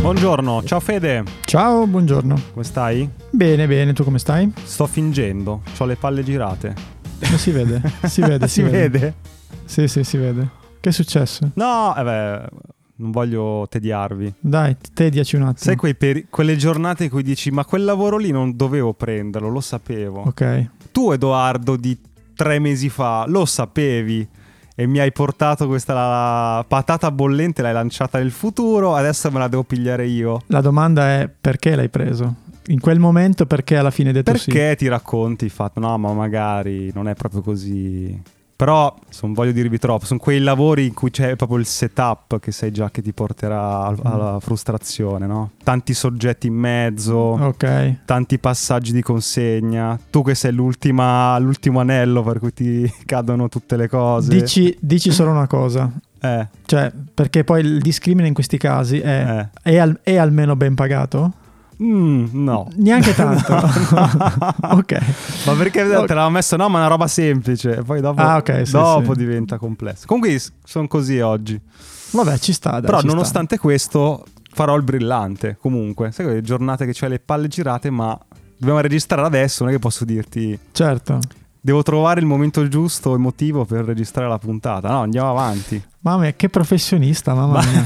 Buongiorno, ciao Fede. Ciao, buongiorno. Come stai? Bene, bene, tu come stai? Sto fingendo, ho le palle girate. Ma si vede, si vede, si vede? Sì, si vede. Che è successo? No, non voglio tediarvi. Dai, tediaci un attimo. Sai quelle giornate in cui dici ma quel lavoro lì non dovevo prenderlo, lo sapevo. Ok. Tu, Edoardo, di 3 mesi fa lo sapevi e mi hai portato questa patata bollente, l'hai lanciata nel futuro, adesso me la devo pigliare io. La domanda è perché l'hai preso? In quel momento perché alla fine hai detto sì? Perché ti racconti il fatto, no ma magari non è proprio così. Però non voglio dirvi troppo, sono quei lavori in cui c'è proprio il setup che sai già che ti porterà alla frustrazione, no? Tanti soggetti in mezzo, ok, tanti passaggi di consegna, tu che sei l'ultimo anello per cui ti cadono tutte le cose. Dici solo una cosa. Cioè, perché poi il discrimine in questi casi è almeno ben pagato? No. Neanche tanto. Ok. Ma perché te l'aveva messo no, ma è una roba semplice. E poi dopo, sì. diventa complesso. Comunque sono così oggi. Vabbè, ci sta. Però nonostante questo farò il brillante. Comunque, sai quelle giornate che c'hai le palle girate, ma dobbiamo registrare adesso, non è che posso dirti. Certo. Devo trovare il momento giusto emotivo per registrare la puntata. No, andiamo avanti. Mamma mia, che professionista, mamma mia.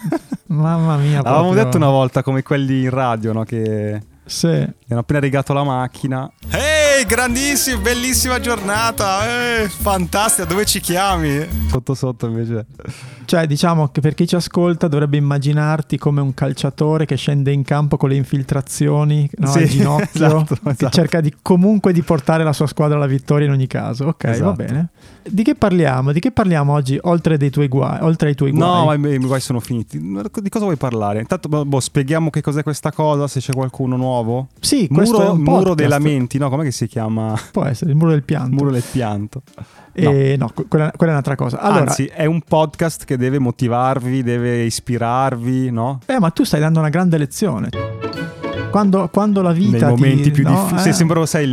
Mamma mia. Avevamo detto una volta come quelli in radio, no? Che sì. hanno appena rigato la macchina. Ehi, grandissima, bellissima giornata. Fantastica, dove ci chiami? Sotto invece. Cioè, diciamo che per chi ci ascolta dovrebbe immaginarti come un calciatore che scende in campo con le infiltrazioni, no, sì, al ginocchio, esatto. che cerca comunque di portare la sua squadra alla vittoria in ogni caso. Ok, esatto. Va bene. Di che parliamo? Di che parliamo oggi oltre ai tuoi guai? No, ma i miei guai sono finiti. Di cosa vuoi parlare? Intanto spieghiamo che cos'è questa cosa, se c'è qualcuno nuovo. Sì, questo è un podcast. Muro dei lamenti, no? Com'è che si chiama? Può essere il muro del pianto. Muro del pianto. No, quella è un'altra cosa. Allora, anzi, è un podcast che deve motivarvi, deve ispirarvi, no? Ma tu stai dando una grande lezione. Quando la vita nei momenti più difficili, sembra sei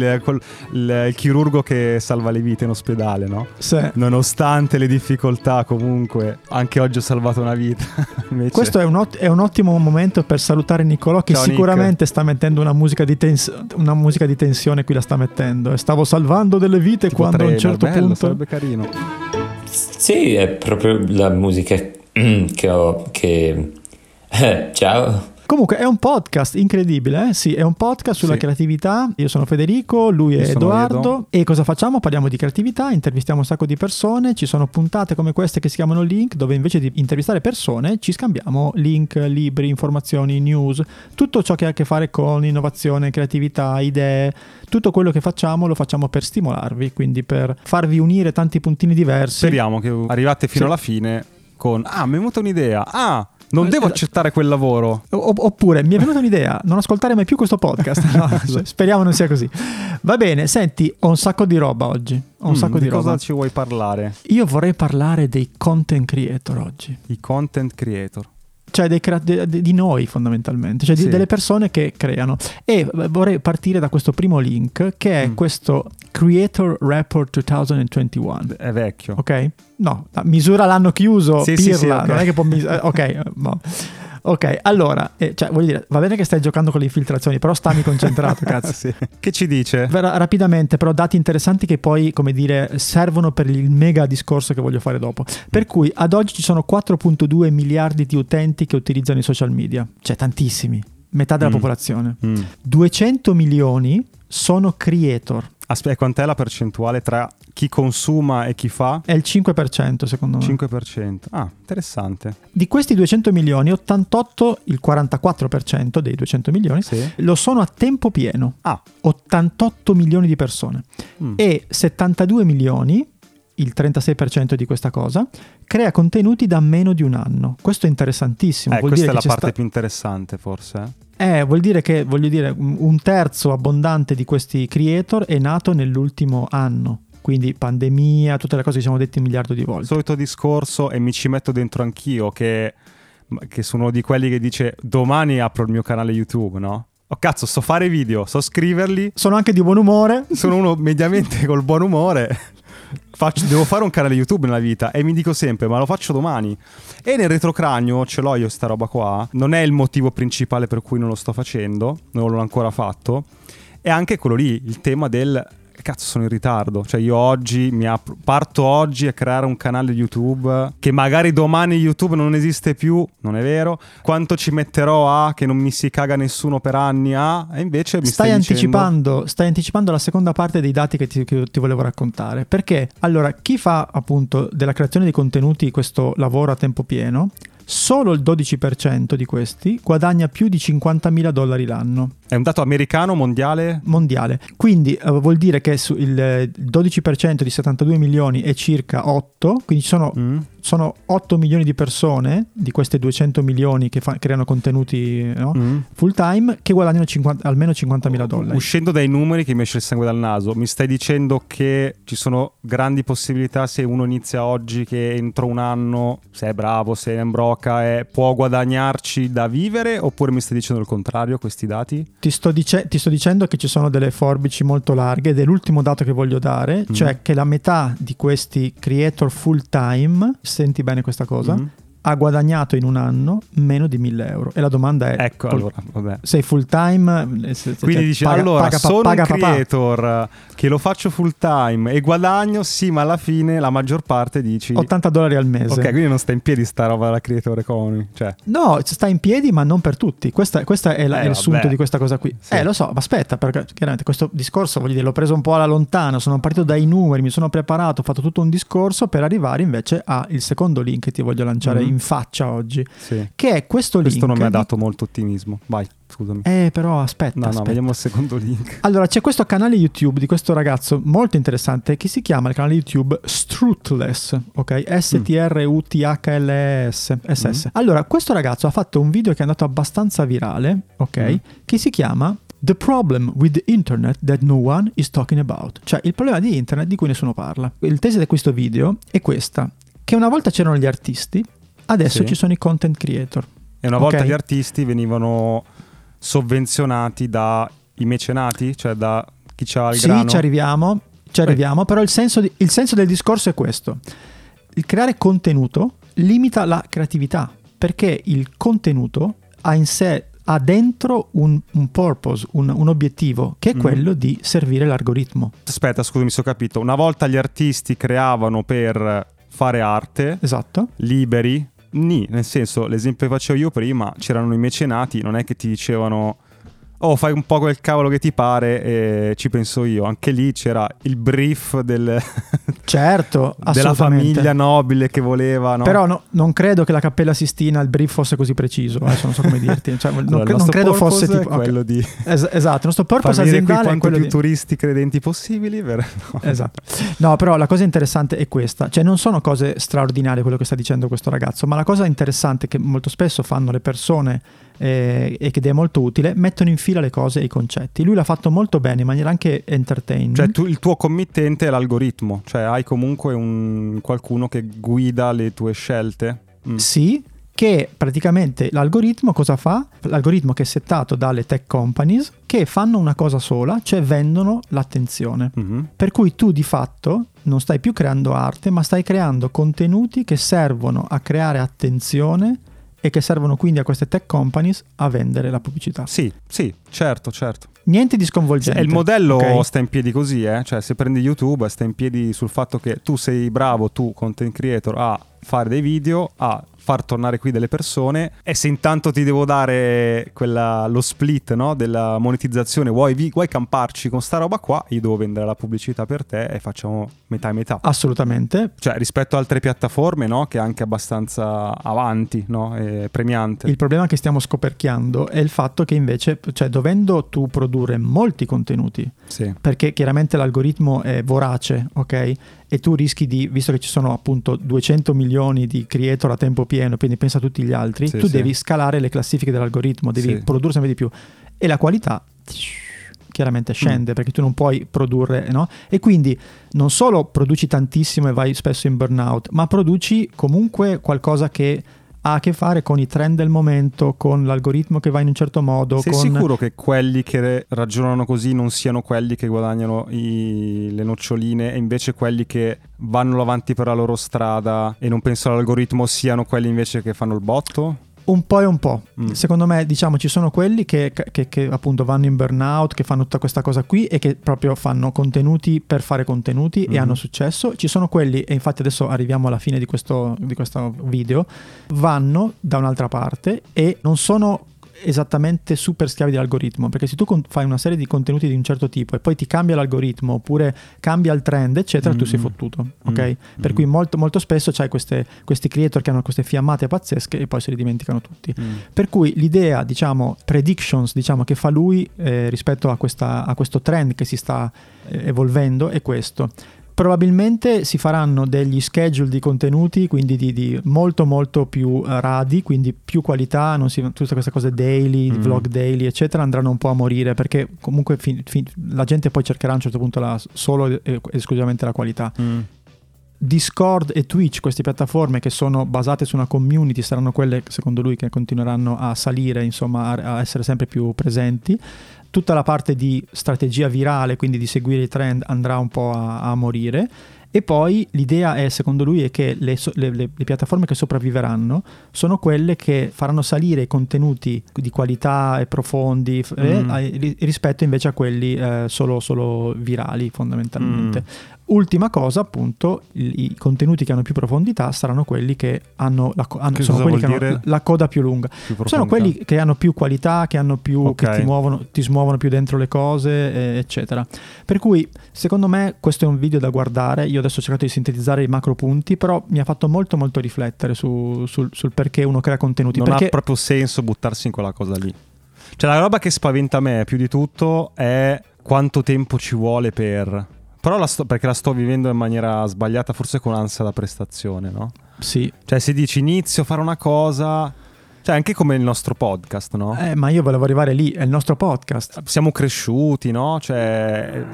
il chirurgo che salva le vite in ospedale, no? Sì. Nonostante le difficoltà, comunque anche oggi ho salvato una vita. Invece... Questo è un ottimo momento per salutare Niccolò, che sicuramente sta mettendo una musica di tensione qui, la sta mettendo, e stavo salvando delle vite tipo quando a un certo punto sarebbe carino. Sì, è proprio la musica che ho ciao. Comunque è un podcast incredibile, eh? Sì, è un podcast sulla creatività. Io sono Federico, lui è Edoardo. E cosa facciamo? Parliamo di creatività, intervistiamo un sacco di persone. Ci sono puntate come queste che si chiamano Link, dove invece di intervistare persone ci scambiamo link, libri, informazioni, news, tutto ciò che ha a che fare con innovazione, creatività, idee. Tutto quello che facciamo lo facciamo per stimolarvi, quindi per farvi unire tanti puntini diversi. Speriamo che arrivate fino alla fine con mi è venuta un'idea, non devo accettare quel lavoro. Oppure mi è venuta un'idea, non ascoltare mai più questo podcast. No, speriamo non sia così. Va bene, senti, ho un sacco di roba oggi. Di cosa ci vuoi parlare? Io vorrei parlare dei content creator oggi. I content creator. Cioè di noi fondamentalmente, cioè delle persone che creano. E vorrei partire da questo primo link, che è questo Creator Report 2021. È vecchio. Ok? No, misura l'anno chiuso, pirla, sì, okay. Non è che può Ok, allora, voglio dire, va bene che stai giocando con le infiltrazioni, però stammi concentrato, cazzo. Sì. Che ci dice? Rapidamente, però dati interessanti che poi, come dire, servono per il mega discorso che voglio fare dopo. Per cui ad oggi ci sono 4.2 miliardi di utenti che utilizzano i social media, cioè tantissimi, metà della popolazione. 200 milioni sono creator. Aspetta, quant'è la percentuale tra chi consuma e chi fa? È il 5% secondo me. 5%. Interessante. Di questi 200 milioni, 88, il 44% dei 200 milioni, lo sono a tempo pieno. 88 milioni di persone. E 72 milioni, il 36% di questa cosa, crea contenuti da meno di un anno. Questo è interessantissimo. Questa è la parte più interessante forse. Vuol dire che, un terzo abbondante di questi creator è nato nell'ultimo anno. Quindi pandemia, tutte le cose che ci siamo detti 1 miliardo di volte. Solito discorso, e mi ci metto dentro anch'io, che sono uno di quelli che dice domani apro il mio canale YouTube, no? Oh cazzo, so fare video, so scriverli. Sono anche di buon umore. Sono uno mediamente col buon umore. devo fare un canale YouTube nella vita e mi dico sempre ma lo faccio domani, e nel retrocranio ce l'ho io sta roba qua. Non è il motivo principale per cui non lo sto facendo, non l'ho ancora fatto, è anche quello lì, il tema del cazzo, sono in ritardo. Cioè io oggi parto oggi a creare un canale YouTube che magari domani YouTube non esiste più, non è vero. Quanto ci metterò a che non mi si caga nessuno per anni a, e invece mi stai anticipando la seconda parte dei dati che ti volevo raccontare. Perché allora chi fa appunto della creazione di contenuti questo lavoro a tempo pieno, solo il 12% di questi guadagna più di $50.000 l'anno. È un dato americano, mondiale? Mondiale. Quindi vuol dire che il 12% di 72 milioni è circa 8, quindi sono 8 milioni di persone di queste 200 milioni che creano contenuti, no? Full time, che guadagnano almeno $50.000. Uscendo dai numeri che mi esce il sangue dal naso, mi stai dicendo che ci sono grandi possibilità, se uno inizia oggi, che entro un anno, se è bravo, se è in brocca, può guadagnarci da vivere, oppure mi stai dicendo il contrario, questi dati? Ti sto dicendo che ci sono delle forbici molto larghe, ed è l'ultimo dato che voglio dare, cioè che la metà di questi creator full time, senti bene questa cosa, ha guadagnato in un anno meno di €1.000. E la domanda è: ecco, allora, vabbè. Sei full time? Quindi dici, sono un creator che lo faccio full time e guadagno, sì, ma alla fine la maggior parte dici $80 al mese. Ok, quindi non sta in piedi sta roba della creator economy, cioè. No, sta in piedi, ma non per tutti. Questa è il sunto di questa cosa qui. Sì. Lo so, ma aspetta, perché chiaramente questo discorso, voglio dire, l'ho preso un po' alla lontana, sono partito dai numeri, mi sono preparato, ho fatto tutto un discorso per arrivare invece al secondo link che ti voglio lanciare in faccia oggi, sì. Che è questo link. Questo non mi ha dato molto ottimismo, vai, scusami. Però aspetta. Vediamo il secondo link. Allora, c'è questo canale YouTube di questo ragazzo molto interessante che si chiama il canale YouTube Struthles, ok? STRUTHLES. Allora, questo ragazzo ha fatto un video che è andato abbastanza virale, ok? Che si chiama The Problem with the Internet That No One is Talking About. Cioè, il problema di Internet di cui nessuno parla. Il tesi di questo video è questa: che una volta c'erano gli artisti, adesso ci sono i content creator. E una volta gli artisti venivano sovvenzionati dai mecenati, cioè da chi c'ha il grano. Sì, ci arriviamo, però il senso del discorso è questo: il creare contenuto limita la creatività, perché il contenuto ha in sé, ha dentro un purpose, un obiettivo, che è quello di servire l'algoritmo. Aspetta, scusami, se ho capito. Una volta gli artisti creavano per fare arte, esatto, liberi, nel senso, l'esempio che facevo io prima, c'erano i mecenati, non è che ti dicevano fai un po' quel cavolo che ti pare e ci penso io. Anche lì c'era il brief certo, della famiglia nobile che voleva, no? Però non credo che la Cappella Sistina il brief fosse così preciso, adesso non so come dirti, cioè, non credo fosse tipo quello di esatto, il nostro purpose aziendale è quello più turisti credenti possibili, vero? No. Esatto. No, però la cosa interessante è questa, cioè non sono cose straordinarie quello che sta dicendo questo ragazzo, ma la cosa interessante che molto spesso fanno le persone e che è molto utile, mettono in fila le cose e i concetti. Lui l'ha fatto molto bene in maniera anche entertaining. Cioè il tuo committente è l'algoritmo, cioè hai comunque qualcuno che guida le tue scelte. Sì, che praticamente l'algoritmo cosa fa? L'algoritmo che è settato dalle tech companies, che fanno una cosa sola, cioè vendono l'attenzione. Per cui tu di fatto non stai più creando arte, ma stai creando contenuti che servono a creare attenzione e che servono quindi a queste tech companies a vendere la pubblicità. Sì, certo. Niente di sconvolgente. Il modello sta in piedi così, cioè se prendi YouTube sta in piedi sul fatto che tu sei bravo, tu content creator, a fare dei video, a far tornare qui delle persone, e se intanto ti devo dare lo split, no, della monetizzazione, vuoi camparci con sta roba qua, io devo vendere la pubblicità per te e facciamo metà e metà. Assolutamente. Cioè rispetto a altre piattaforme, no, che è anche abbastanza avanti, no, e premiante. Il problema che stiamo scoperchiando è il fatto che invece, cioè dovendo tu produrre molti contenuti, perché chiaramente l'algoritmo è vorace, ok? E tu rischi visto che ci sono appunto 200 milioni di creator a tempo pieno, quindi pensa a tutti gli altri, tu devi scalare le classifiche dell'algoritmo, devi produrre sempre di più, e la qualità chiaramente scende, perché tu non puoi produrre, no? E quindi non solo produci tantissimo e vai spesso in burnout, ma produci comunque qualcosa che ha a che fare con i trend del momento, con l'algoritmo che va in un certo modo. Sei sicuro che quelli che ragionano così non siano quelli che guadagnano le noccioline, e invece quelli che vanno avanti per la loro strada e non pensano all'algoritmo siano quelli invece che fanno il botto? Un po' e un po'. Secondo me, diciamo, ci sono quelli che appunto vanno in burnout, che fanno tutta questa cosa qui e che proprio fanno contenuti per fare contenuti e hanno successo. Ci sono quelli, e infatti adesso arriviamo alla fine di questo video, vanno da un'altra parte e non sono esattamente super schiavi dell'algoritmo, perché se tu fai una serie di contenuti di un certo tipo e poi ti cambia l'algoritmo oppure cambia il trend eccetera, tu sei fottuto, ok? Per cui molto, molto spesso c'hai questi creator che hanno queste fiammate pazzesche e poi se li dimenticano tutti. Per cui l'idea, diciamo, predictions, diciamo, che fa lui rispetto a questo trend che si sta evolvendo è questo: probabilmente si faranno degli schedule di contenuti, quindi di molto molto più radi, quindi più qualità, tutte queste cose daily, vlog daily eccetera, andranno un po' a morire, perché comunque la gente poi cercherà a un certo punto solo e esclusivamente la qualità. Discord e Twitch, queste piattaforme che sono basate su una community, saranno quelle, secondo lui, che continueranno a salire, insomma, a essere sempre più presenti. Tutta la parte di strategia virale, quindi di seguire i trend, andrà un po' a morire. E poi l'idea è, secondo lui, è che le piattaforme che sopravviveranno sono quelle che faranno salire i contenuti di qualità e profondi rispetto invece a quelli solo virali, fondamentalmente. Ultima cosa, appunto, i contenuti che hanno più profondità saranno quelli che hanno la coda più lunga. Sono quelli che hanno più qualità, che hanno più che ti smuovono più dentro le cose, eccetera. Per cui, secondo me, questo è un video da guardare. Io adesso ho cercato di sintetizzare i macro punti, però mi ha fatto molto molto riflettere sul perché uno crea contenuti. Non ha proprio senso buttarsi in quella cosa lì. Cioè, la roba che spaventa me più di tutto è quanto tempo ci vuole però perché la sto vivendo in maniera sbagliata, forse con ansia da prestazione, no? Sì. Cioè, se dici inizio a fare una cosa, cioè anche come il nostro podcast, no? Ma io volevo arrivare lì, è il nostro podcast. Siamo cresciuti, no? Cioè,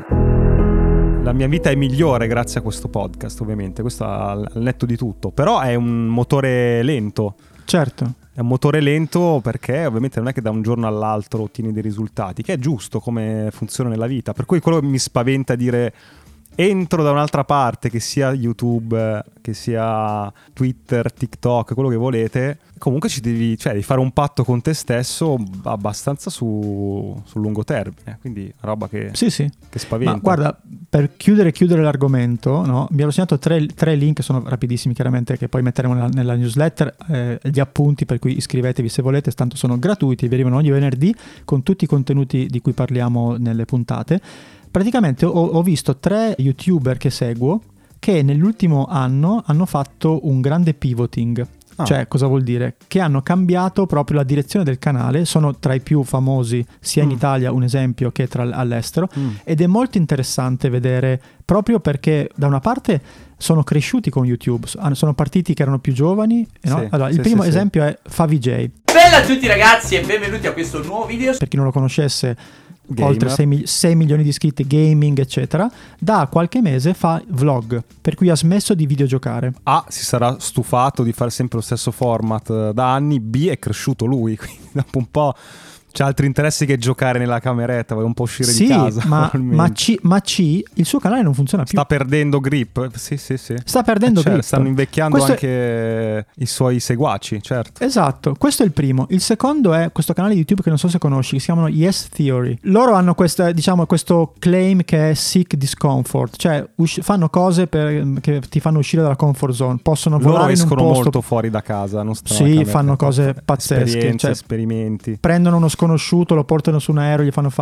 la mia vita è migliore grazie a questo podcast, ovviamente, questo al netto di tutto. Però è un motore lento. Certo. È un motore lento perché ovviamente non è che da un giorno all'altro ottieni dei risultati, che è giusto come funziona nella vita. Per cui quello mi spaventa dire entro da un'altra parte, che sia YouTube, che sia Twitter, TikTok, quello che volete. Comunque devi fare un patto con te stesso abbastanza sul lungo termine, quindi una roba che spaventa. Ma guarda, per chiudere l'argomento, no? Mi ero segnato tre link, sono rapidissimi chiaramente, che poi metteremo nella newsletter, gli appunti, per cui iscrivetevi se volete, tanto sono gratuiti, vi arrivano ogni venerdì con tutti i contenuti di cui parliamo nelle puntate. Praticamente ho visto 3 YouTuber che seguo che nell'ultimo anno hanno fatto un grande pivoting. Cioè, cosa vuol dire? Che hanno cambiato proprio la direzione del canale, sono tra i più famosi sia in Italia, un esempio, che all'estero, ed è molto interessante vedere, proprio perché da una parte sono cresciuti con YouTube, sono partiti che erano più giovani, no? Allora, il primo esempio è Favij. Bella a tutti ragazzi e benvenuti a questo nuovo video. Per chi non lo conoscesse, gamer. Oltre 6 milioni di iscritti, gaming eccetera, da qualche mese fa vlog, per cui ha smesso di videogiocare. A, si sarà stufato di fare sempre lo stesso format da anni. B, è cresciuto lui, quindi dopo un po' c'ha altri interessi che giocare nella cameretta, vuole un po' uscire di casa. Ma C, il suo canale non funziona più. Sta perdendo grip. Sì. Sta perdendo grip. Stanno invecchiando anche i suoi seguaci, certo. Esatto, questo è il primo. Il secondo è questo canale di YouTube che non so se conosci, che si chiamano Yes Theory. Loro hanno questo claim che è seek discomfort, cioè fanno cose che ti fanno uscire dalla comfort zone. Possono volare in un posto. Loro escono molto fuori da casa, non sì, fanno cose pazzesche, esperimenti. Prendono uno sconosciuto, lo portano su un aereo,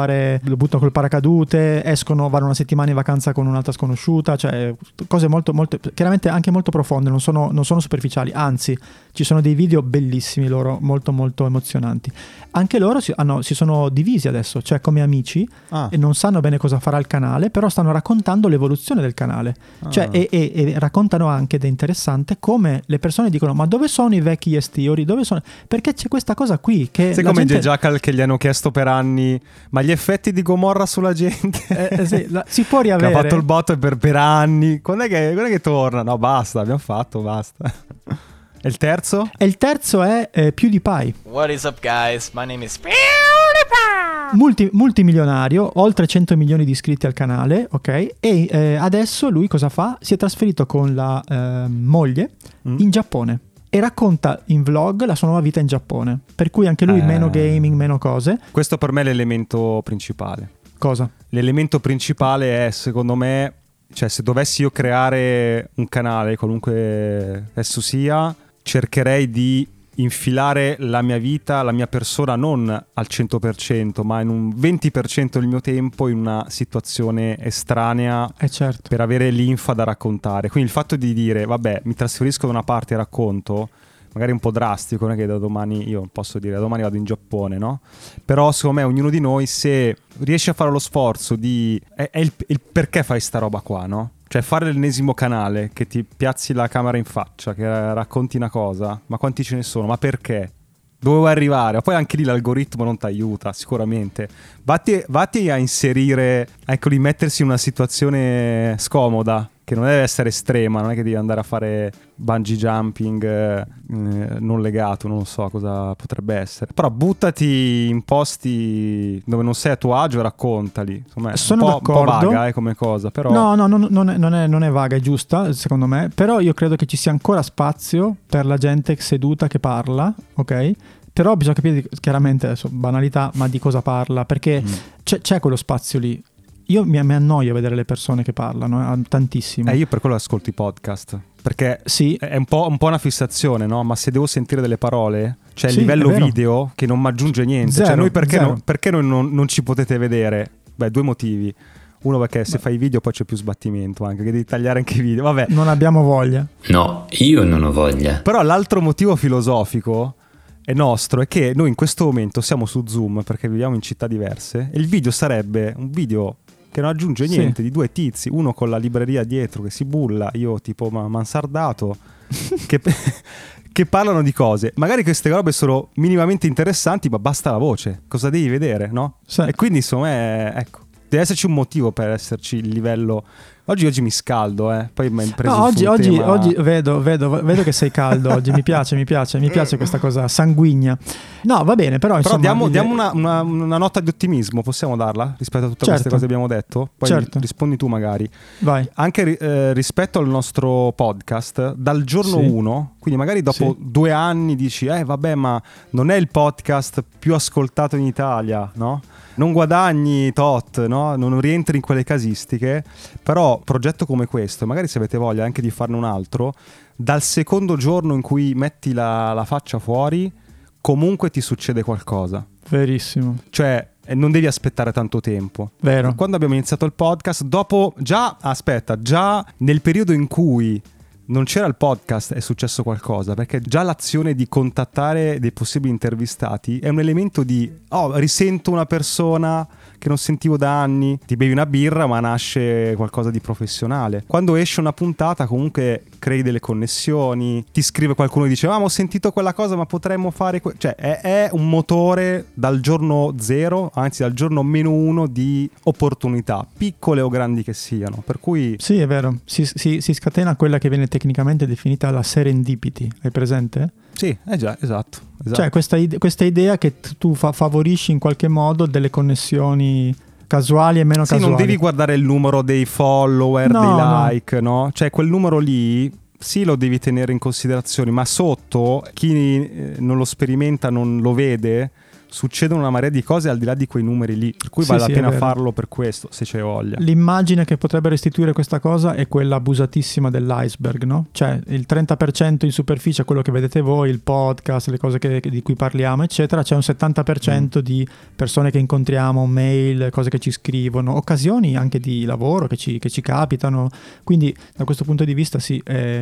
lo buttano col paracadute, escono, vanno una settimana in vacanza con un'altra sconosciuta, cioè cose molto, molto, chiaramente anche molto profonde, non sono superficiali, anzi ci sono dei video bellissimi loro, molto molto emozionanti. Anche loro si sono divisi adesso, cioè come amici, e non sanno bene cosa farà il canale, però stanno raccontando l'evoluzione del canale, cioè e raccontano anche, ed è interessante, come le persone dicono: ma dove sono i vecchi Yes Theory? Dove sono? Perché c'è questa cosa qui che sei come gente... Jackal che gli hanno chiesto per anni: ma gli effetti di Gomorra sulla gente? Si può riavere. Che ha fatto il botto per anni. Quando è che torna? No, basta, abbiamo fatto, basta. E il terzo? E il terzo è PewDiePie. What is up, guys? My name is PewDiePie. Multimilionario, oltre 100 milioni di iscritti al canale, ok? E adesso lui cosa fa? Si è trasferito con la moglie in Giappone e racconta in vlog la sua nuova vita in Giappone. Per cui anche lui meno gaming, meno cose. Questo per me è l'elemento principale. Cosa? L'elemento principale è, secondo me, cioè se dovessi io creare un canale, qualunque esso sia, cercherei di infilare la mia vita, la mia persona non al 100%, ma in un 20% del mio tempo in una situazione estranea, certo, per avere l'infa da raccontare. Quindi il fatto di dire, vabbè, mi trasferisco da una parte e racconto, magari un po' drastico, non è che da domani, io posso dire da domani vado in Giappone, no? Però secondo me ognuno di noi, se riesce a fare lo sforzo di... è il perché fai sta roba qua, no? Cioè fare l'ennesimo canale che ti piazzi la camera in faccia, che racconti una cosa, ma quanti ce ne sono? Ma perché? Dove vuoi arrivare? Ma poi anche lì l'algoritmo non ti aiuta, sicuramente. Vatti a inserire, ecco lì, mettersi in una situazione scomoda, che non deve essere estrema, non è che devi andare a fare bungee jumping non legato, non so cosa potrebbe essere. Però buttati in posti dove non sei a tuo agio e raccontali. Insomma, sono un po' vaga come cosa, però... No, non è vaga, è giusta, secondo me. Però io credo che ci sia ancora spazio per la gente seduta che parla, ok? Però bisogna capire chiaramente, adesso, banalità, ma di cosa parla, perché c'è quello spazio lì. Io mi annoio a vedere le persone che parlano, tantissimo. Io per quello ascolto i podcast, perché sì, è un po' una fissazione, no? Ma se devo sentire delle parole, cioè il sì, livello video che non mi aggiunge niente. Zero, cioè noi perché zero. non ci potete vedere? Beh, due motivi. Uno, perché se fai video poi c'è più sbattimento, anche che devi tagliare anche i video. Vabbè. Non abbiamo voglia. No, io non ho voglia. Però l'altro motivo filosofico è nostro, è che noi in questo momento siamo su Zoom perché viviamo in città diverse e il video sarebbe un video che non aggiunge niente, di due tizi, uno con la libreria dietro che si bulla, io tipo mansardato, che parlano di cose. Magari queste robe sono minimamente interessanti, ma basta la voce. Cosa devi vedere, no? Sì. E quindi insomma, ecco, deve esserci un motivo per esserci il livello... Oggi mi scaldo, poi mi hai preso oggi vedo che sei caldo oggi, mi piace questa cosa sanguigna. No, va bene, però insomma... diamo una nota di ottimismo, possiamo darla rispetto a tutte queste cose che abbiamo detto? Poi rispondi tu magari. Vai. Anche rispetto al nostro podcast, dal giorno 1, quindi magari dopo 2 anni dici, vabbè, ma non è il podcast più ascoltato in Italia, no? Non guadagni tot, no? Non rientri in quelle casistiche, però progetto come questo, magari se avete voglia anche di farne un altro, dal secondo giorno in cui metti la faccia fuori, comunque ti succede qualcosa. Verissimo. Cioè, non devi aspettare tanto tempo. Vero. Quando abbiamo iniziato il podcast, già nel periodo in cui non c'era il podcast è successo qualcosa, perché già l'azione di contattare dei possibili intervistati è un elemento di risento una persona che non sentivo da anni, ti bevi una birra ma nasce qualcosa di professionale. Quando esce una puntata comunque crei delle connessioni, ti scrive qualcuno e dice ho sentito quella cosa ma potremmo fare cioè è un motore dal giorno 0, anzi dal giorno -1 di opportunità, piccole o grandi che siano, per cui sì, è vero, si scatena quella che viene tecnicamente definita la serendipity, hai presente? Sì, già, esatto. Cioè questa idea che tu favorisci in qualche modo delle connessioni casuali e meno casuali. Sì, non devi guardare il numero dei follower, dei like, no? Cioè quel numero lì sì lo devi tenere in considerazione, ma sotto chi non lo sperimenta, non lo vede, succedono una marea di cose al di là di quei numeri lì, per cui vale la pena farlo per questo, se c'è voglia. L'immagine che potrebbe restituire questa cosa è quella abusatissima dell'iceberg, no? Cioè il 30% in superficie è quello che vedete voi, il podcast, le cose di cui parliamo eccetera, c'è un 70% di persone che incontriamo, mail, cose che ci scrivono, occasioni anche di lavoro che ci capitano, quindi da questo punto di vista sì,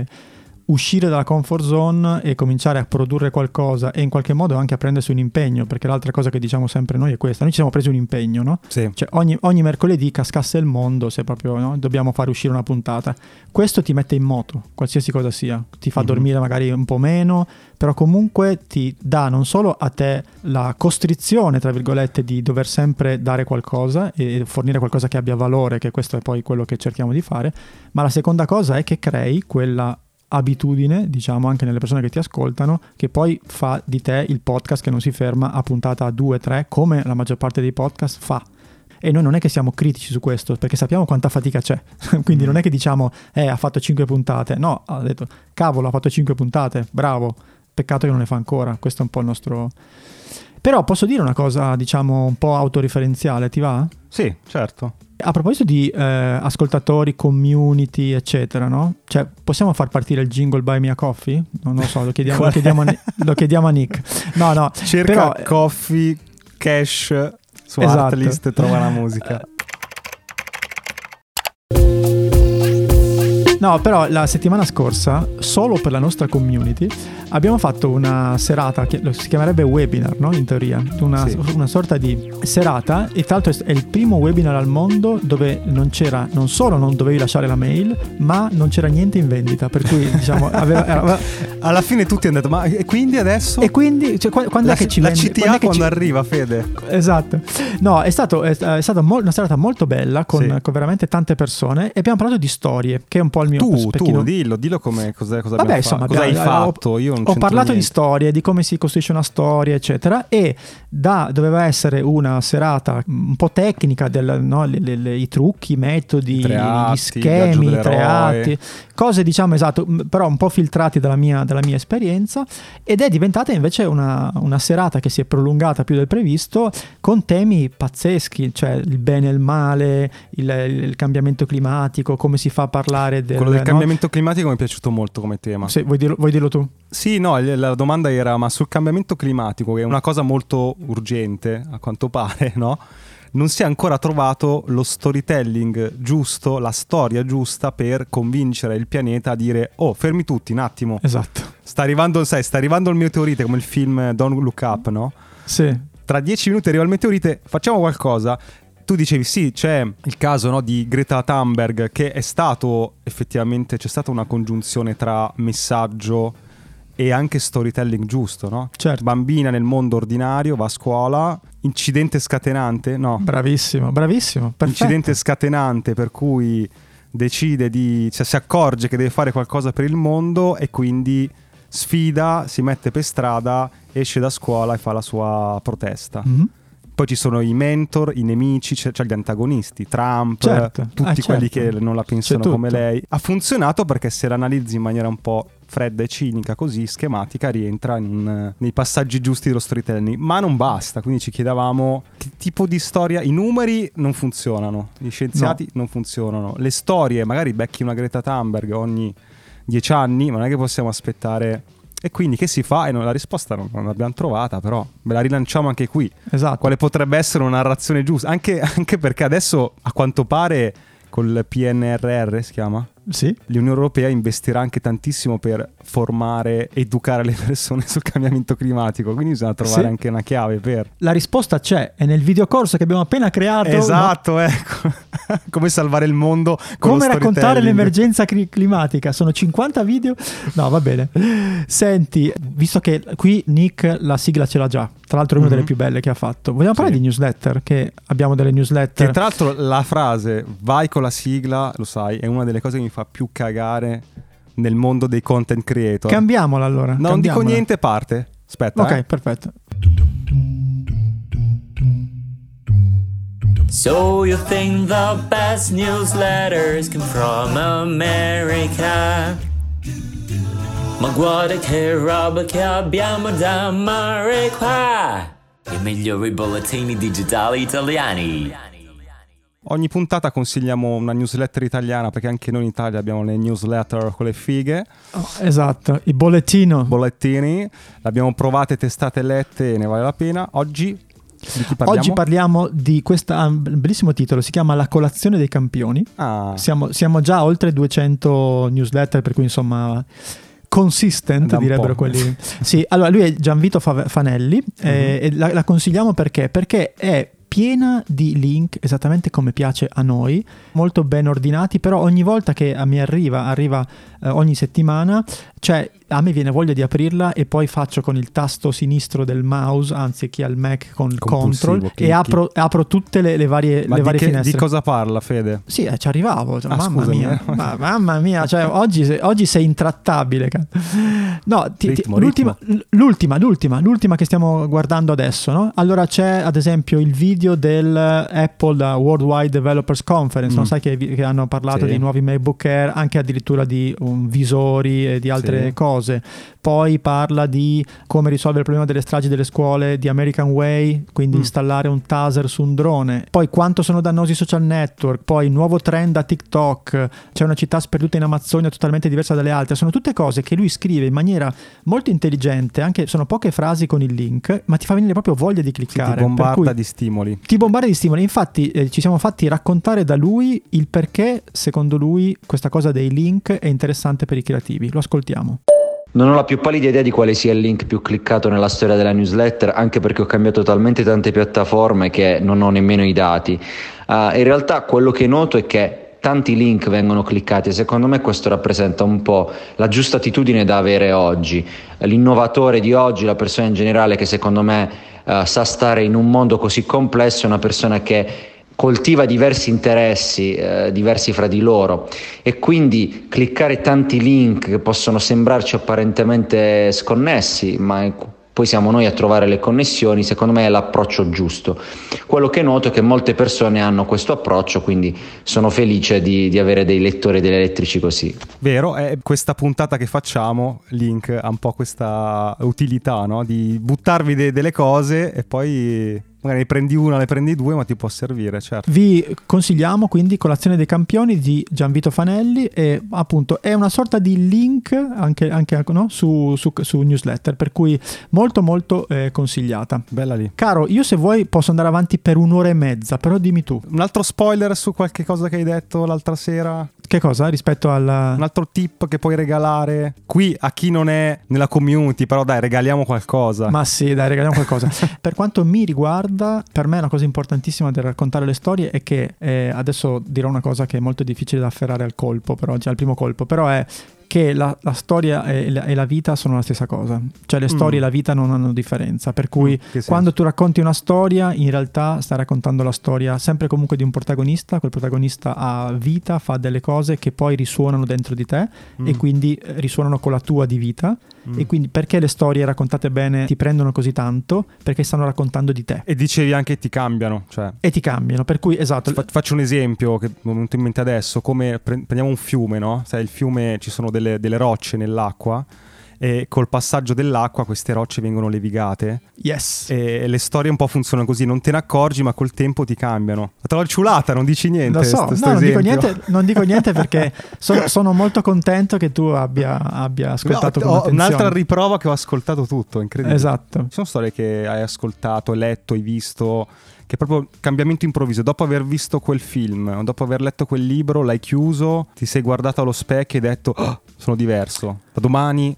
uscire dalla comfort zone e cominciare a produrre qualcosa e in qualche modo anche a prendersi un impegno, perché l'altra cosa che diciamo sempre noi è questa: noi ci siamo presi un impegno, no? Sì. Cioè ogni mercoledì cascasse il mondo se proprio dobbiamo fare uscire una puntata. Questo ti mette in moto, qualsiasi cosa sia, ti fa dormire magari un po' meno, però comunque ti dà non solo a te la costrizione tra virgolette di dover sempre dare qualcosa e fornire qualcosa che abbia valore, che questo è poi quello che cerchiamo di fare, ma la seconda cosa è che crei quella abitudine, diciamo, anche nelle persone che ti ascoltano, che poi fa di te il podcast che non si ferma a puntata 2-3 come la maggior parte dei podcast fa. E noi non è che siamo critici su questo, perché sappiamo quanta fatica c'è. Quindi non è che diciamo ha fatto 5 puntate. No, ha detto cavolo, ha fatto 5 puntate, bravo, peccato che non ne fa ancora. Questo è un po' il nostro... Però posso dire una cosa, diciamo, un po' autoreferenziale, ti va? Sì, certo. A proposito di ascoltatori, community, eccetera, no? Cioè, possiamo far partire il jingle Buy Me a Coffee? Non lo so, lo chiediamo a Nick. No, cerca però, Coffee, Cash su esatto. Artlist e trova la musica. No, però la settimana scorsa, solo per la nostra community, abbiamo fatto una serata che si chiamerebbe webinar, no? In teoria, una sorta di serata, e tra l'altro è il primo webinar al mondo dove non solo non dovevi lasciare la mail, ma non c'era niente in vendita, per cui diciamo alla fine tutti hanno detto ma e quindi adesso? E quindi cioè, quando è che ci vendi? La CTA quando arriva, Fede? Esatto. No, è stata una serata molto bella con veramente tante persone, e abbiamo parlato di storie, che è un po' il mio... Tu dillo cosa abbiamo fatto. Cosa hai fatto? Io non ho parlato di storie, di come si costruisce una storia, eccetera, e doveva essere una serata un po' tecnica i trucchi, i metodi, gli schemi, i atti, cose, diciamo, esatto, però un po' filtrati dalla mia esperienza, ed è diventata invece una serata che si è prolungata più del previsto, con temi pazzeschi, cioè il bene e il male, il cambiamento climatico, come si fa a parlare quello del cambiamento climatico mi è piaciuto molto come tema. Sì, vuoi dirlo tu? Sì, no, la domanda era ma sul cambiamento climatico, che è una cosa molto urgente a quanto pare, no? Non si è ancora trovato lo storytelling giusto, la storia giusta per convincere il pianeta a dire fermi tutti un attimo. Esatto. Sta arrivando il meteorite, come il film Don't Look Up, no? Sì. Tra 10 minuti arriva il meteorite, facciamo qualcosa. Tu dicevi sì, c'è il caso, no, di Greta Thunberg, che è stato effettivamente, c'è stata una congiunzione tra messaggio e anche storytelling giusto, no? Certo. Bambina nel mondo ordinario, va a scuola, incidente scatenante, no? Bravissimo, perfetto. Incidente scatenante per cui decide si accorge che deve fare qualcosa per il mondo, e quindi sfida, si mette per strada, esce da scuola e fa la sua protesta. Mm-hmm. Poi ci sono i mentor, i nemici, c'è gli antagonisti, Trump, certo. tutti quelli che non la pensano come tutto. lei. Ha funzionato perché se l'analizzi in maniera un po' fredda e cinica, così schematica, rientra nei passaggi giusti dello storytelling. Ma non basta, quindi ci chiedevamo che tipo di storia. I numeri non funzionano, gli scienziati non funzionano, le storie, magari becchi una Greta Thunberg ogni 10 anni, ma non è che possiamo aspettare. E quindi che si fa? E la risposta non l'abbiamo trovata, però ve la rilanciamo anche qui. Esatto. Quale potrebbe essere una narrazione giusta? Anche perché adesso, a quanto pare, col PNRR si chiama? Sì. L'Unione Europea investirà anche tantissimo per formare, educare le persone sul cambiamento climatico, quindi bisogna trovare anche una chiave per... La risposta c'è, è nel videocorso che abbiamo appena creato. Esatto, ecco. Come salvare il mondo con come raccontare l'emergenza climatica. Sono 50 video. No, va bene. Senti, visto che qui Nick la sigla ce l'ha già, tra l'altro è una delle più belle che ha fatto, vogliamo parlare di newsletter? Che abbiamo delle newsletter. Che tra l'altro la frase vai con la sigla, lo sai, è una delle cose che mi fa più cagare nel mondo dei content creator. Cambiamola allora. No, non dico niente, parte. Aspetta. Ok, perfetto. So you think the best newsletters come from America? Ma guarda che roba che abbiamo da amare qua! I migliori bollettini digitali italiani. Ogni puntata consigliamo una newsletter italiana, perché anche noi in Italia abbiamo le newsletter con le fighe. Oh, esatto, i bollettini. L'abbiamo provate, testate, lette e ne vale la pena. Oggi di chi parliamo? Oggi parliamo di questo bellissimo titolo, si chiama La colazione dei campioni. Siamo già oltre 200 newsletter, per cui insomma... consistent direbbero quelli. Sì, allora lui è Gianvito Fanelli e la consigliamo perché è piena di link esattamente come piace a noi, molto ben ordinati, però ogni volta che mi arriva ogni settimana, cioè a me viene voglia di aprirla e poi faccio con il tasto sinistro del mouse, anzi chi ha il Mac con il control, e apro tutte le varie finestre. Di cosa parla, Fede? Sì, ci arrivavo, mamma mia, cioè oggi sei intrattabile. No, l'ultima che stiamo guardando adesso, no? Allora c'è ad esempio il video del Apple Worldwide Developers Conference, non sai che hanno parlato dei nuovi MacBook Air, anche addirittura di visori e di altre cose. Poi parla di come risolvere il problema delle stragi delle scuole di American Way, quindi installare un taser su un drone. Poi quanto sono dannosi i social network, poi il nuovo trend a TikTok, c'è una città sperduta in Amazzonia totalmente diversa dalle altre. Sono tutte cose che lui scrive in maniera molto intelligente, anche sono poche frasi con il link, ma ti fa venire proprio voglia di cliccare. Ti bombarda di stimoli. Infatti ci siamo fatti raccontare da lui il perché secondo lui questa cosa dei link è interessante per i creativi. Lo ascoltiamo. Non ho la più pallida idea di quale sia il link più cliccato nella storia della newsletter, anche perché ho cambiato talmente tante piattaforme che non ho nemmeno i dati. In realtà quello che noto è che tanti link vengono cliccati e secondo me questo rappresenta un po' la giusta attitudine da avere oggi. L'innovatore di oggi, la persona in generale che secondo me sa stare in un mondo così complesso, è una persona che coltiva diversi interessi, diversi fra di loro, e quindi cliccare tanti link che possono sembrarci apparentemente sconnessi, ma poi siamo noi a trovare le connessioni, secondo me è l'approccio giusto. Quello che noto è che molte persone hanno questo approccio, quindi sono felice di avere dei lettori e degli elettrici così. Vero, è questa puntata che facciamo, Link, ha un po' questa utilità, no? Di buttarvi delle cose e poi magari ne prendi una, ne prendi due, ma ti può servire, certo. Vi consigliamo quindi Colazione dei Campioni di Gianvito Fanelli, e appunto è una sorta di link anche no? su newsletter, per cui molto molto consigliata. Bella lì. Caro, io se vuoi posso andare avanti per 1 ora e mezza, però dimmi tu. Un altro spoiler su qualche cosa che hai detto l'altra sera? Che cosa? Rispetto alla... Un altro tip che puoi regalare qui a chi non è nella community, però dai, regaliamo qualcosa. Ma sì, dai, regaliamo qualcosa. Per quanto mi riguarda, per me una cosa importantissima del raccontare le storie è che, adesso dirò una cosa che è molto difficile da afferrare al colpo, però, cioè al primo colpo, però è che la storia e la vita sono la stessa cosa, cioè le storie e la vita non hanno differenza, per cui quando tu racconti una storia in realtà stai raccontando la storia sempre comunque di un protagonista. Quel protagonista ha vita, fa delle cose che poi risuonano dentro di te e quindi risuonano con la tua di vita, e quindi perché le storie raccontate bene ti prendono così tanto? Perché stanno raccontando di te. E dicevi anche ti cambiano, cioè. E ti cambiano, per cui esatto. Faccio un esempio che mi è venuto in mente adesso, come prendiamo un fiume, no? Sai, il fiume, ci sono delle rocce nell'acqua e col passaggio dell'acqua queste rocce vengono levigate. Yes. E le storie un po' funzionano così, non te ne accorgi ma col tempo ti cambiano. Te l'ho ciulata, non dici niente. Lo so, non dico niente perché sono molto contento che tu abbia ascoltato con attenzione. Un'altra riprova che ho ascoltato tutto, incredibile. Esatto. Ci sono storie che hai ascoltato, letto, hai visto, che è proprio cambiamento improvviso. Dopo aver visto quel film, dopo aver letto quel libro, l'hai chiuso, ti sei guardato allo specchio e hai detto sono diverso. Da domani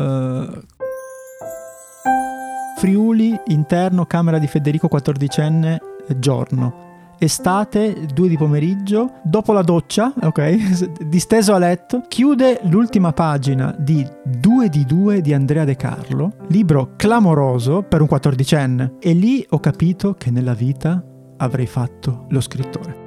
Friuli, interno, camera di Federico 14enne, giorno. Estate, 2 di pomeriggio, dopo la doccia, ok, disteso a letto, chiude l'ultima pagina di 2 di 2 di Andrea De Carlo, libro clamoroso per un 14enne, e lì ho capito che nella vita avrei fatto lo scrittore.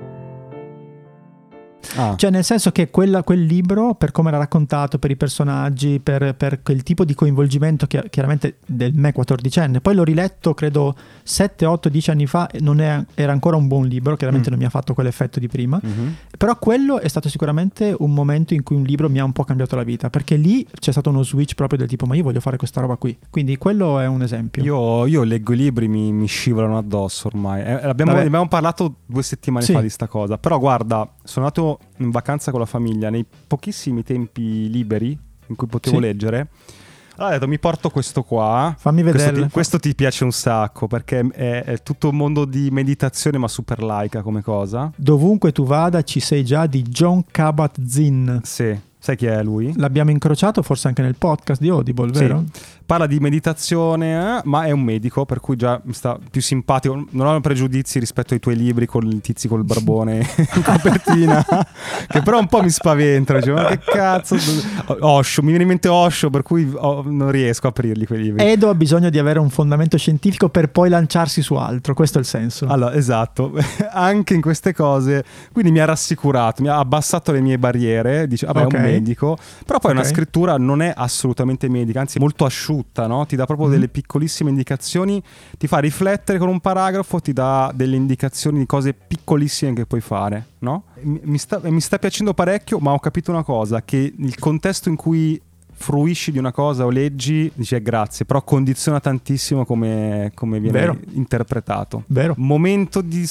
Cioè nel senso che quel libro, per come era raccontato, per i personaggi, per quel tipo di coinvolgimento che chiaramente del me 14enne, poi l'ho riletto credo 7, 8, 10 anni fa, era ancora un buon libro, chiaramente non mi ha fatto quell'effetto di prima, però quello è stato sicuramente un momento in cui un libro mi ha un po' cambiato la vita, perché lì c'è stato uno switch proprio del tipo ma io voglio fare questa roba qui, quindi quello è un esempio. Io leggo i libri, mi scivolano addosso ormai. Abbiamo parlato 2 settimane fa di sta cosa, però guarda, sono andato in vacanza con la famiglia nei pochissimi tempi liberi in cui potevo leggere. Allora ho detto mi porto questo qua, fammi vedere. Questo ti piace un sacco perché è tutto un mondo di meditazione ma super laica come cosa. Dovunque tu vada ci sei già, di Jon Kabat-Zinn. Sì, Sai chi è lui? L'abbiamo incrociato forse anche nel podcast di Audible, vero? Sì. Parla di meditazione, ma è un medico, per cui già mi sta più simpatico. Non ho pregiudizi rispetto ai tuoi libri con i tizi col barbone in copertina, che però un po' mi spaventa. Dicevo, ma che cazzo? Osho, mi viene in mente Osho, per cui non riesco a aprirli quei libri. Edo ha bisogno di avere un fondamento scientifico per poi lanciarsi su altro, questo è il senso. Allora, esatto, anche in queste cose, quindi mi ha rassicurato, mi ha abbassato le mie barriere, dice, vabbè, è un medico, però poi una scrittura non è assolutamente medica, anzi è molto asciutta, no? Ti dà proprio delle piccolissime indicazioni, ti fa riflettere con un paragrafo, ti dà delle indicazioni di cose piccolissime che puoi fare, no? Mi sta piacendo parecchio, ma ho capito una cosa, che il contesto in cui fruisci di una cosa o leggi, dici grazie, però condiziona tantissimo come viene interpretato. Vero. Momento di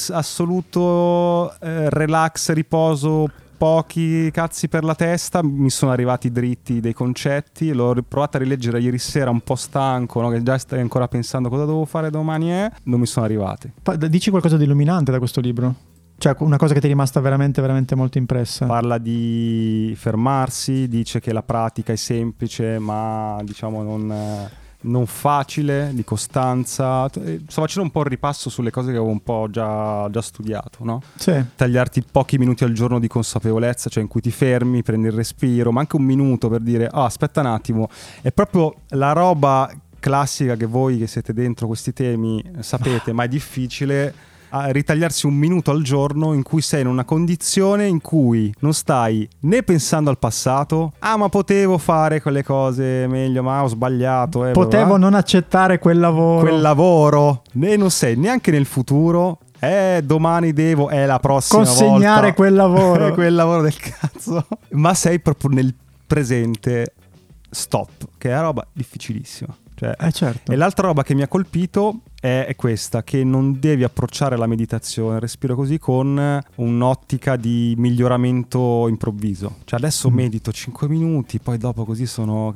assoluto relax, riposo, pochi cazzi per la testa, mi sono arrivati dritti dei concetti, l'ho provato a rileggere ieri sera un po' stanco, no? Che già stai ancora pensando cosa devo fare domani, non mi sono arrivati. Dici qualcosa di illuminante da questo libro? Cioè una cosa che ti è rimasta veramente veramente molto impressa? Parla di fermarsi, dice che la pratica è semplice ma diciamo non facile, di costanza. Sto facendo un po' il ripasso sulle cose che avevo un po' già studiato, no? Sì. Tagliarti pochi minuti al giorno di consapevolezza, cioè in cui ti fermi, prendi il respiro, ma anche un minuto per dire aspetta un attimo. È proprio la roba classica che voi che siete dentro questi temi sapete, ma è difficile a ritagliarsi un minuto al giorno in cui sei in una condizione in cui non stai né pensando al passato, ma potevo fare quelle cose meglio, ma ho sbagliato, potevo non accettare quel lavoro, e non sei neanche nel futuro. Domani devo, la prossima consegnare volta quel lavoro del cazzo, ma sei proprio nel presente, stop, che è una roba difficilissima. Cioè, certo. E l'altra roba che mi ha colpito è questa, che non devi approcciare la meditazione, il respiro così, con un'ottica di miglioramento improvviso. Cioè adesso medito 5 minuti, poi dopo così sono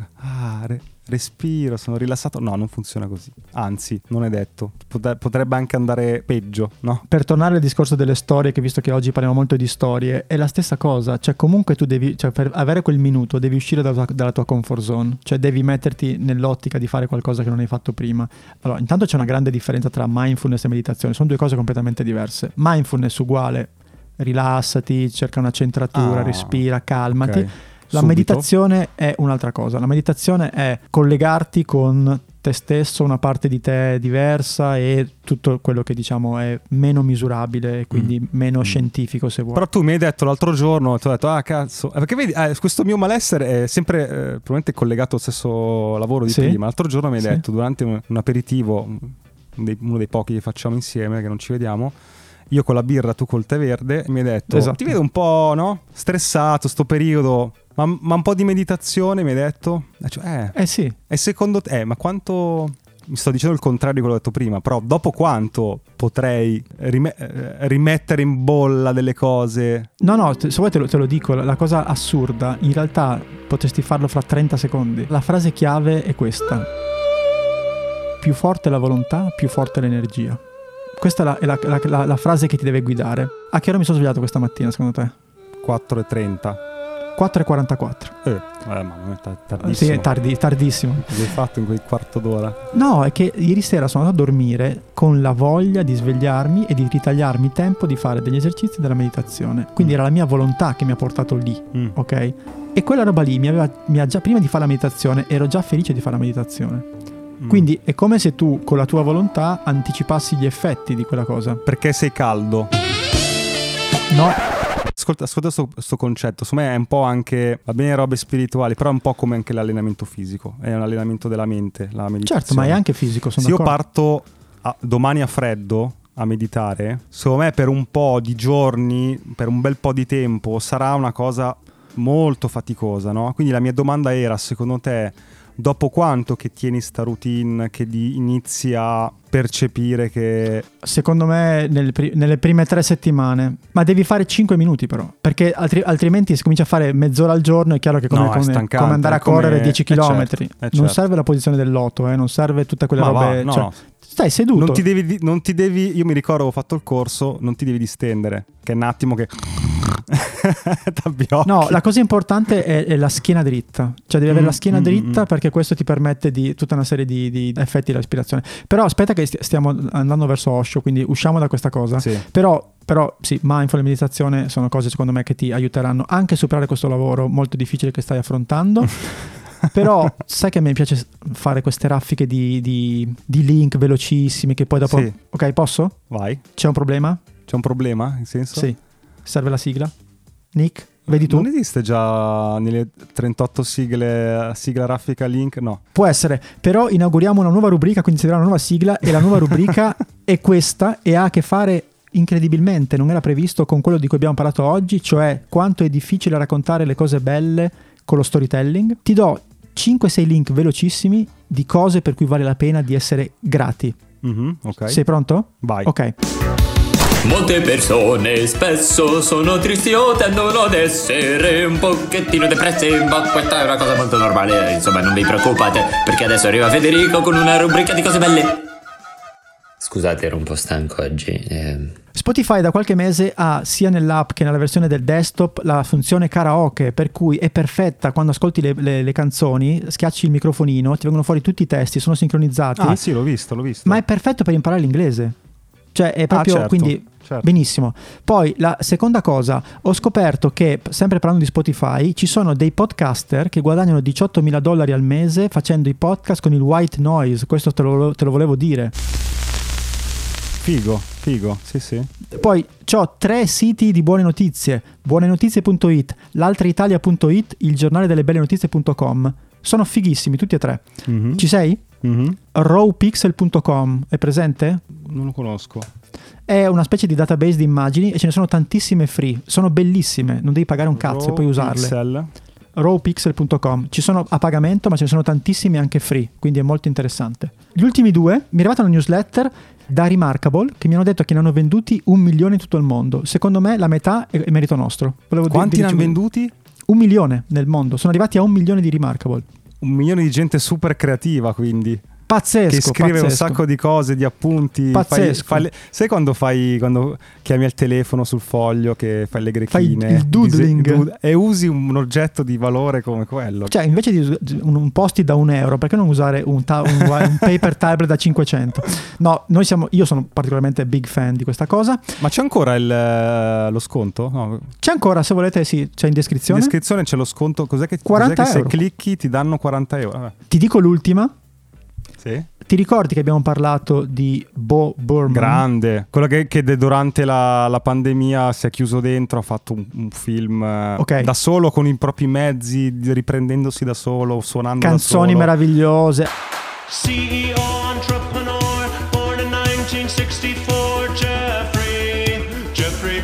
respiro, sono rilassato. No, non funziona così. Anzi, non è detto. Potrebbe anche andare peggio, no? Per tornare al discorso delle storie, che visto che oggi parliamo molto di storie, è la stessa cosa. Cioè comunque tu devi, per avere quel minuto devi uscire dalla tua comfort zone. Cioè devi metterti nell'ottica di fare qualcosa che non hai fatto prima. Allora, intanto c'è una grande differenza tra mindfulness e meditazione. Sono due cose completamente diverse. Mindfulness uguale rilassati, cerca una centratura, respira, calmati. Okay. La meditazione è un'altra cosa. La meditazione è collegarti con te stesso, una parte di te diversa e tutto quello che diciamo è meno misurabile e quindi meno scientifico, se vuoi. Però tu mi hai detto l'altro giorno, ti ho detto cazzo, perché vedi questo mio malessere è sempre probabilmente collegato al stesso lavoro di prima. L'altro giorno mi hai detto durante un aperitivo, uno dei pochi che facciamo insieme, che non ci vediamo, io con la birra, tu col tè verde, mi hai detto ti vedo un po', no? Stressato sto periodo, ma un po' di meditazione, mi hai detto? Sì. E secondo te, ma quanto... Mi sto dicendo il contrario di quello che ho detto prima, però dopo quanto potrei rimettere in bolla delle cose? No, se vuoi te lo dico, la cosa assurda, in realtà potresti farlo fra 30 secondi. La frase chiave è questa: più forte la volontà, più forte l'energia. Questa è la frase che ti deve guidare. A che ora mi sono svegliato questa mattina, secondo te? 4:30. 4:44. Ma tardissimo. Sì, è tardissimo. Cosa hai fatto in quel quarto d'ora? No, è che ieri sera sono andato a dormire con la voglia di svegliarmi e di ritagliarmi tempo di fare degli esercizi della meditazione. Quindi era la mia volontà che mi ha portato lì, ok? E quella roba lì mi ha già, prima di fare la meditazione, ero già felice di fare la meditazione. Quindi è come se tu con la tua volontà anticipassi gli effetti di quella cosa. Perché sei caldo? No. Ascolta sto concetto, secondo me è un po' anche, va bene, robe spirituali, però è un po' come anche l'allenamento fisico, è un allenamento della mente, la meditazione. Certo, ma è anche fisico, sono d'accordo. Se io parto domani a freddo a meditare, secondo me per un po' di giorni, per un bel po' di tempo, sarà una cosa molto faticosa, no? Quindi la mia domanda era, secondo te, dopo quanto che tieni sta routine, che inizi a percepire che... Secondo me nelle prime 3 settimane, ma devi fare 5 minuti però, perché altrimenti se cominci a fare mezz'ora al giorno è chiaro che come andare a correre 10 km. Non serve la posizione del loto, non serve tutte quelle robe... Stai seduto. Non ti devi, io mi ricordo, ho fatto il corso, non ti devi distendere, che è un attimo che Tabbiocchi. No, la cosa importante è la schiena dritta. Cioè devi avere la schiena dritta perché questo ti permette di tutta una serie di effetti di respirazione. Però aspetta che stiamo andando verso Osho, quindi usciamo da questa cosa. Sì. Però sì, mindful e meditazione sono cose secondo me che ti aiuteranno anche a superare questo lavoro molto difficile che stai affrontando. Però sai che a me piace fare queste raffiche di link velocissimi che poi dopo... Sì. Ok, posso? Vai. C'è un problema? C'è un problema, in senso? Sì. Serve la sigla? Nick? Vedi tu? Non esiste già nelle 38 sigla raffica link? No. Può essere, però inauguriamo una nuova rubrica, quindi sarà una nuova sigla e la nuova rubrica è questa e ha a che fare incredibilmente, non era previsto, con quello di cui abbiamo parlato oggi, cioè quanto è difficile raccontare le cose belle con lo storytelling. Ti do 5-6 link velocissimi di cose per cui vale la pena di essere grati. Ok. Sei pronto? Vai. Ok. Molte persone spesso sono tristi o tendono ad essere un pochettino depresse, ma questa è una cosa molto normale, insomma non vi preoccupate, perché adesso arriva Federico con una rubrica di cose belle. Scusate, ero un po' stanco oggi. Spotify da qualche mese ha sia nell'app che nella versione del desktop la funzione karaoke, per cui è perfetta quando ascolti le canzoni, schiacci il microfonino, ti vengono fuori tutti i testi, sono sincronizzati. Ah sì, l'ho visto. Ma è perfetto per imparare l'inglese. Cioè è proprio, certo, quindi certo. Benissimo. Poi la seconda cosa, ho scoperto che, sempre parlando di Spotify, ci sono dei podcaster che guadagnano $18,000 al mese facendo i podcast con il white noise. Questo te lo volevo dire. Figo, sì. Poi c'ho 3 siti di buone notizie: buonenotizie.it, l'altraitalia.it, il giornale delle belle notizie.com. Sono fighissimi tutti e 3. Ci sei? Rawpixel.com, è presente? Non lo conosco. È una specie di database di immagini e ce ne sono tantissime free, sono bellissime, non devi pagare un cazzo e puoi usarle. Rawpixel.com, ci sono a pagamento ma ce ne sono tantissimi anche free, quindi è molto interessante. Gli ultimi 2 mi è arrivata una newsletter da Remarkable che mi hanno detto che ne hanno venduti 1 milione in tutto il mondo. Secondo me la metà è merito nostro. Quanti ne hanno venduti? 1 milione nel mondo, sono arrivati a 1 milione di Remarkable. 1 milione di gente super creativa, quindi pazzesco, che scrive pazzesco. Un sacco di cose, di appunti. Pazzesco. Sai quando chiami al telefono sul foglio che fai le grechine, fai il doodling e usi un oggetto di valore come quello. Cioè invece di un post-it da €1, perché non usare un paper tablet da 500? No, io sono particolarmente big fan di questa cosa. Ma c'è ancora lo sconto? No. C'è ancora, se volete, sì, c'è in descrizione. In descrizione c'è lo sconto. Cos'è che 40 se euro. clicchi ti danno 40 euro? Vabbè. Ti dico l'ultima. Sì. Ti ricordi che abbiamo parlato di Bo Burnham? Grande, quello che durante la pandemia si è chiuso dentro, ha fatto un film da solo con i propri mezzi, riprendendosi da solo, suonando canzoni da solo. meravigliose. CEO entrepreneur born in 1964, Jeffrey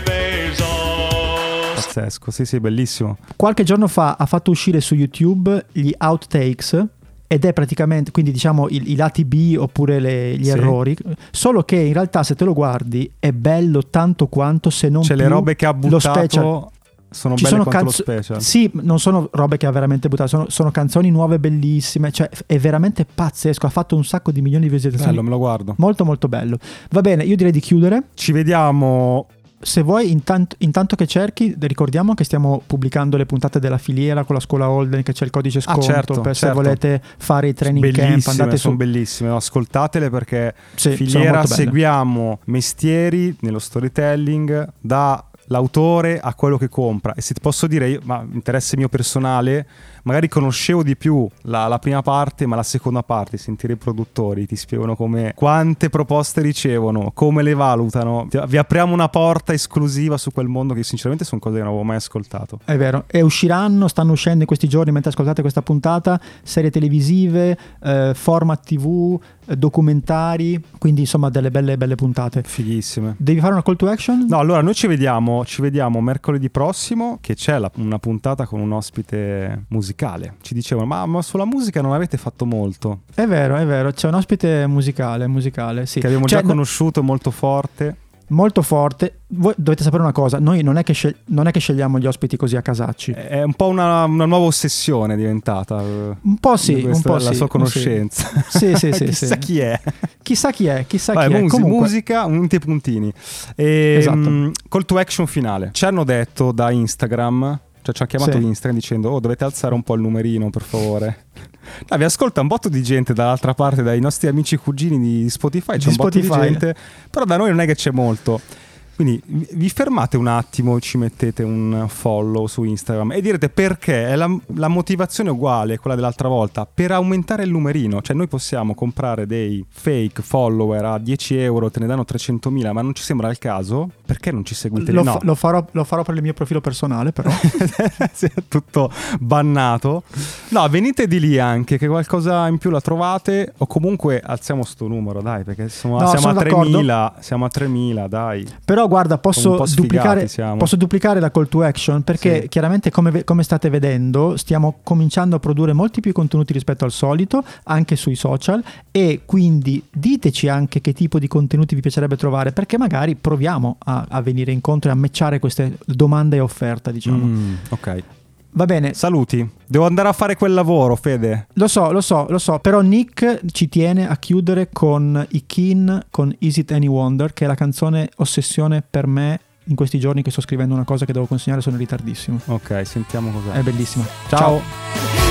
Bezos. Pazzesco, sì, bellissimo. Qualche giorno fa ha fatto uscire su YouTube gli outtakes ed è praticamente, quindi diciamo i lati B oppure gli errori, solo che in realtà se te lo guardi è bello tanto quanto, se non più, le robe che ha buttato lo special. Sono belle quanto lo special. Sì, non sono robe che ha veramente buttato, sono canzoni nuove bellissime, cioè è veramente pazzesco, ha fatto un sacco di milioni di visualizzazioni. Bello, me lo guardo. Molto molto bello. Va bene, io direi di chiudere. Ci vediamo. Se vuoi, intanto che cerchi, ricordiamo che stiamo pubblicando le puntate della filiera con la scuola Holden, che c'è il codice sconto certo. se volete fare i training camp, andate sono bellissime, ascoltatele perché sì, filiera seguiamo mestieri nello storytelling da l'autore a quello che compra. E se ti posso dire, io, ma interesse mio personale, magari conoscevo di più la prima parte, ma la seconda parte, sentire i produttori ti spiegano quante proposte ricevono, come le valutano. Vi apriamo una porta esclusiva su quel mondo che sinceramente sono cose che non avevo mai ascoltato. È vero, e stanno uscendo in questi giorni mentre ascoltate questa puntata, serie televisive, format TV, documentari, quindi insomma delle belle puntate. Fighissime. Devi fare una call to action? No, allora noi ci vediamo mercoledì prossimo, che c'è una puntata con un ospite musicale. Ci dicevano, ma sulla musica non avete fatto molto. È vero, c'è un ospite musicale, sì. Che abbiamo già conosciuto, molto forte. Molto forte. Voi dovete sapere una cosa, noi non è che scegliamo gli ospiti così a casacci. È un po' una nuova ossessione diventata. Un po' sì, la sua conoscenza. Sì. Chissà chi è. chissà chi è. Musica, unti puntini. Esatto. Call to action finale. Ci hanno detto da Instagram, cioè ci ha chiamato Instagram dicendo dovete alzare un po' il numerino per favore. Vi ascolta un botto di gente dall'altra parte, dai nostri amici e cugini di Spotify, c'è un botto di gente, però da noi non è che c'è molto. Quindi vi fermate un attimo, ci mettete un follow su Instagram e direte perché è la motivazione uguale a quella dell'altra volta, per aumentare il numerino. Cioè noi possiamo comprare dei fake follower a 10 euro, te ne danno 300.000, ma non ci sembra il caso? Perché non ci seguite? Lo farò per il mio profilo personale, però. È tutto bannato. No, venite di lì anche, che qualcosa in più la trovate, o comunque alziamo sto numero, dai, perché siamo a 3.000, dai. Però guarda, posso duplicare la call to action, perché chiaramente come state vedendo stiamo cominciando a produrre molti più contenuti rispetto al solito anche sui social, e quindi diteci anche che tipo di contenuti vi piacerebbe trovare, perché magari proviamo a venire incontro e a matchare queste domande e offerta, diciamo. Ok. Va bene. Saluti. Devo andare a fare quel lavoro, Fede. Lo so, però Nick ci tiene a chiudere con i Keane con Is It Any Wonder, che è la canzone ossessione per me in questi giorni che sto scrivendo una cosa che devo consegnare, sono in ritardissimo. Ok, sentiamo cos'è. È bellissima. Ciao.